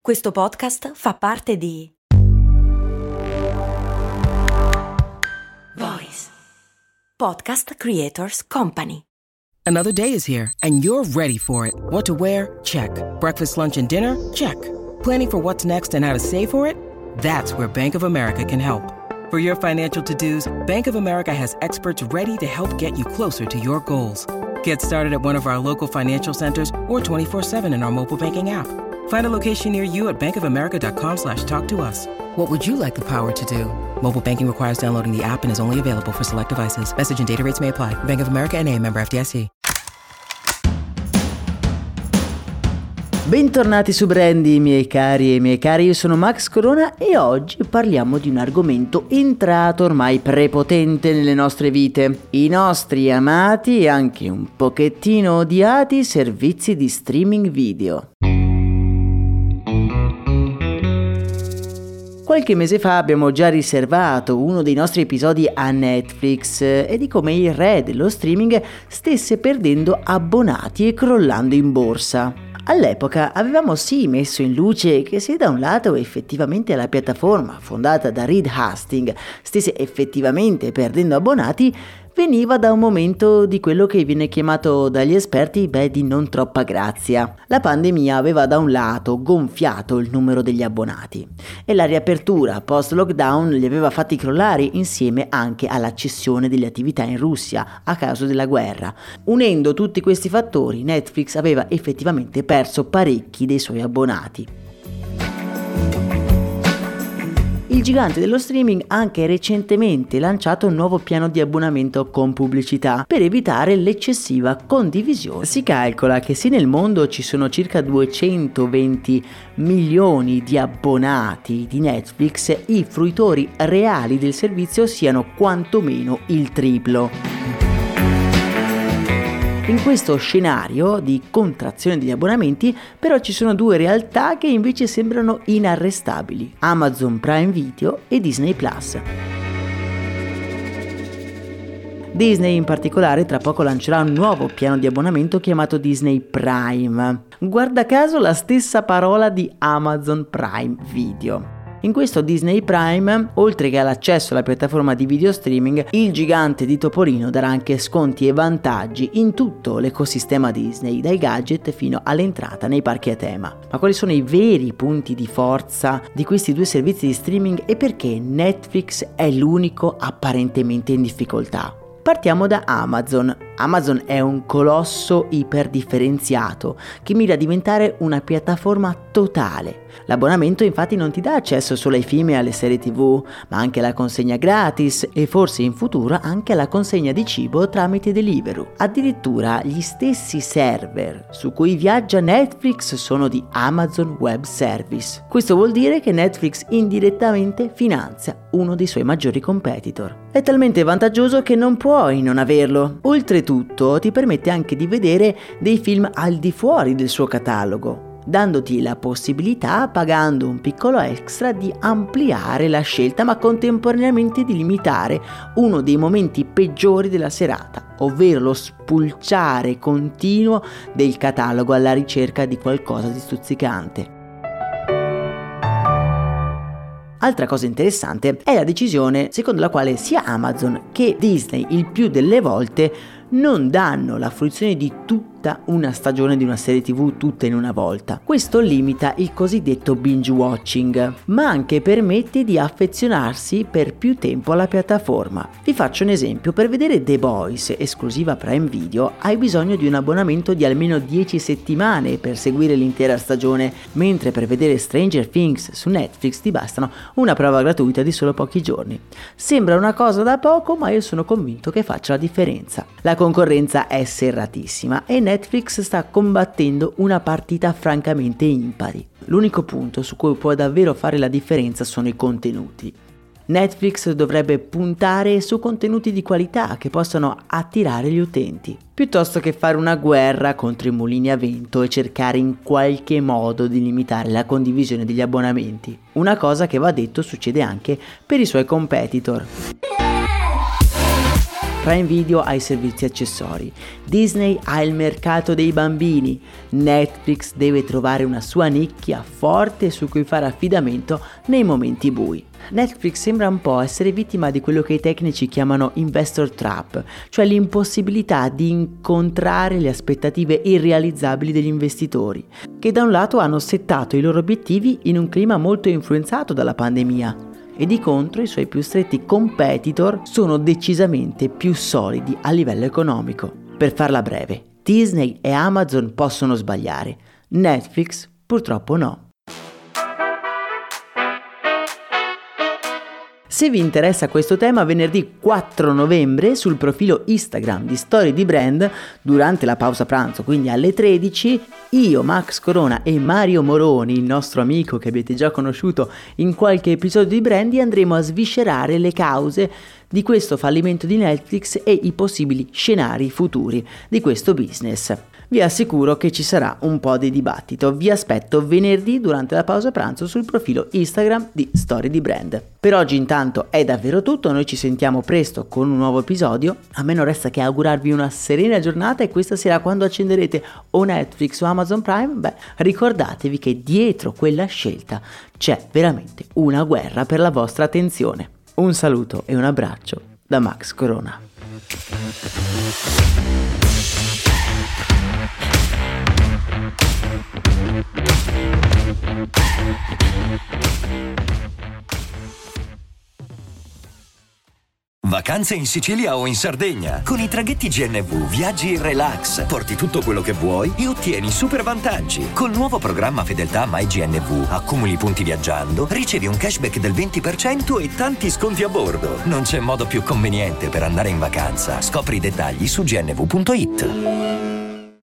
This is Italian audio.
Questo podcast fa parte di Voice Podcast Creators Company. Another day is here, and you're ready for it. What to wear? Check. Breakfast, lunch, and dinner? Check. Planning for what's next and how to save for it? That's where Bank of America can help. For your financial to-dos, Bank of America has experts ready to help get you closer to your goals. Get started at one of our local financial centers or 24/7 in our mobile banking app. Find a location near you at bankofamerica.com/talktous. What would you like the power to do? Mobile banking requires downloading the app and is only available for select devices. Message and data rates may apply. Bank of America N.A., member FDIC. Bentornati su Brandy, miei cari e miei cari, io sono Max Corona e oggi parliamo di un argomento entrato ormai prepotente nelle nostre vite: i nostri amati e anche un pochettino odiati servizi di streaming video. Qualche mese fa abbiamo già riservato uno dei nostri episodi a Netflix e di come il re dello streaming stesse perdendo abbonati e crollando in borsa. All'epoca avevamo sì messo in luce che se da un lato effettivamente la piattaforma fondata da Reed Hastings stesse effettivamente perdendo abbonati, veniva da un momento di quello che viene chiamato dagli esperti di non troppa grazia. La pandemia aveva da un lato gonfiato il numero degli abbonati e la riapertura post-lockdown li aveva fatti crollare insieme anche alla cessione delle attività in Russia a causa della guerra. Unendo tutti questi fattori, Netflix aveva effettivamente perso parecchi dei suoi abbonati. Il gigante dello streaming ha anche recentemente lanciato un nuovo piano di abbonamento con pubblicità per evitare l'eccessiva condivisione. Si calcola che se nel mondo ci sono circa 220 milioni di abbonati di Netflix, i fruitori reali del servizio siano quantomeno il triplo. In questo scenario di contrazione degli abbonamenti, però ci sono due realtà che invece sembrano inarrestabili: Amazon Prime Video e Disney Plus. Disney in particolare tra poco lancerà un nuovo piano di abbonamento chiamato Disney Prime. Guarda caso la stessa parola di Amazon Prime Video. In questo Disney Prime, oltre che all'accesso alla piattaforma di video streaming, il gigante di Topolino darà anche sconti e vantaggi in tutto l'ecosistema Disney, dai gadget fino all'entrata nei parchi a tema. Ma quali sono i veri punti di forza di questi due servizi di streaming e perché Netflix è l'unico apparentemente in difficoltà? Partiamo da Amazon. Amazon è un colosso iperdifferenziato che mira a diventare una piattaforma totale. L'abbonamento infatti non ti dà accesso solo ai film e alle serie TV, ma anche alla consegna gratis e forse in futuro anche alla consegna di cibo tramite Deliveroo. Addirittura gli stessi server su cui viaggia Netflix sono di Amazon Web Service. Questo vuol dire che Netflix indirettamente finanzia uno dei suoi maggiori competitor. È talmente vantaggioso che non puoi non averlo. Oltretutto ti permette anche di vedere dei film al di fuori del suo catalogo, dandoti la possibilità, pagando un piccolo extra, di ampliare la scelta ma contemporaneamente di limitare uno dei momenti peggiori della serata, ovvero lo spulciare continuo del catalogo alla ricerca di qualcosa di stuzzicante. Altra cosa interessante è la decisione secondo la quale sia Amazon che Disney il più delle volte non danno la fruizione di tutta una stagione di una serie TV tutta in una volta. Questo limita il cosiddetto binge watching, ma anche permette di affezionarsi per più tempo alla piattaforma. Vi faccio un esempio: per vedere The Boys, esclusiva Prime Video, hai bisogno di un abbonamento di almeno 10 settimane per seguire l'intera stagione, mentre per vedere Stranger Things su Netflix ti bastano una prova gratuita di solo pochi giorni. Sembra una cosa da poco, ma io sono convinto che faccia la differenza. La concorrenza è serratissima e Netflix sta combattendo una partita francamente impari. L'unico punto su cui può davvero fare la differenza sono i contenuti. Netflix dovrebbe puntare su contenuti di qualità che possano attirare gli utenti, piuttosto che fare una guerra contro i mulini a vento e cercare in qualche modo di limitare la condivisione degli abbonamenti. Una cosa che, va detto, succede anche per i suoi competitor. Prime Video ha i servizi accessori, Disney ha il mercato dei bambini, Netflix deve trovare una sua nicchia forte su cui fare affidamento nei momenti bui. Netflix sembra un po' essere vittima di quello che i tecnici chiamano investor trap, cioè l'impossibilità di incontrare le aspettative irrealizzabili degli investitori, che da un lato hanno settato i loro obiettivi in un clima molto influenzato dalla pandemia, e di contro i suoi più stretti competitor sono decisamente più solidi a livello economico. Per farla breve, Disney e Amazon possono sbagliare, Netflix purtroppo no. Se vi interessa questo tema, venerdì 4 novembre sul profilo Instagram di Storie di Brand, durante la pausa pranzo, quindi alle 13, io, Max Corona e Mario Moroni, il nostro amico che avete già conosciuto in qualche episodio di Brandy, andremo a sviscerare le cause di questo fallimento di Netflix e i possibili scenari futuri di questo business. Vi assicuro che ci sarà un po' di dibattito. Vi aspetto venerdì durante la pausa pranzo sul profilo Instagram di Storie di Brand. Per oggi intanto è davvero tutto, noi ci sentiamo presto con un nuovo episodio. A me non resta che augurarvi una serena giornata e questa sera, quando accenderete o Netflix o Amazon Prime, ricordatevi che dietro quella scelta c'è veramente una guerra per la vostra attenzione. Un saluto e un abbraccio da Max Corona. Vacanze in Sicilia o in Sardegna. Con i traghetti GNV viaggi in relax, porti tutto quello che vuoi e ottieni super vantaggi. Col nuovo programma Fedeltà MyGNV accumuli punti viaggiando, ricevi un cashback del 20% e tanti sconti a bordo. Non c'è modo più conveniente per andare in vacanza. Scopri i dettagli su gnv.it.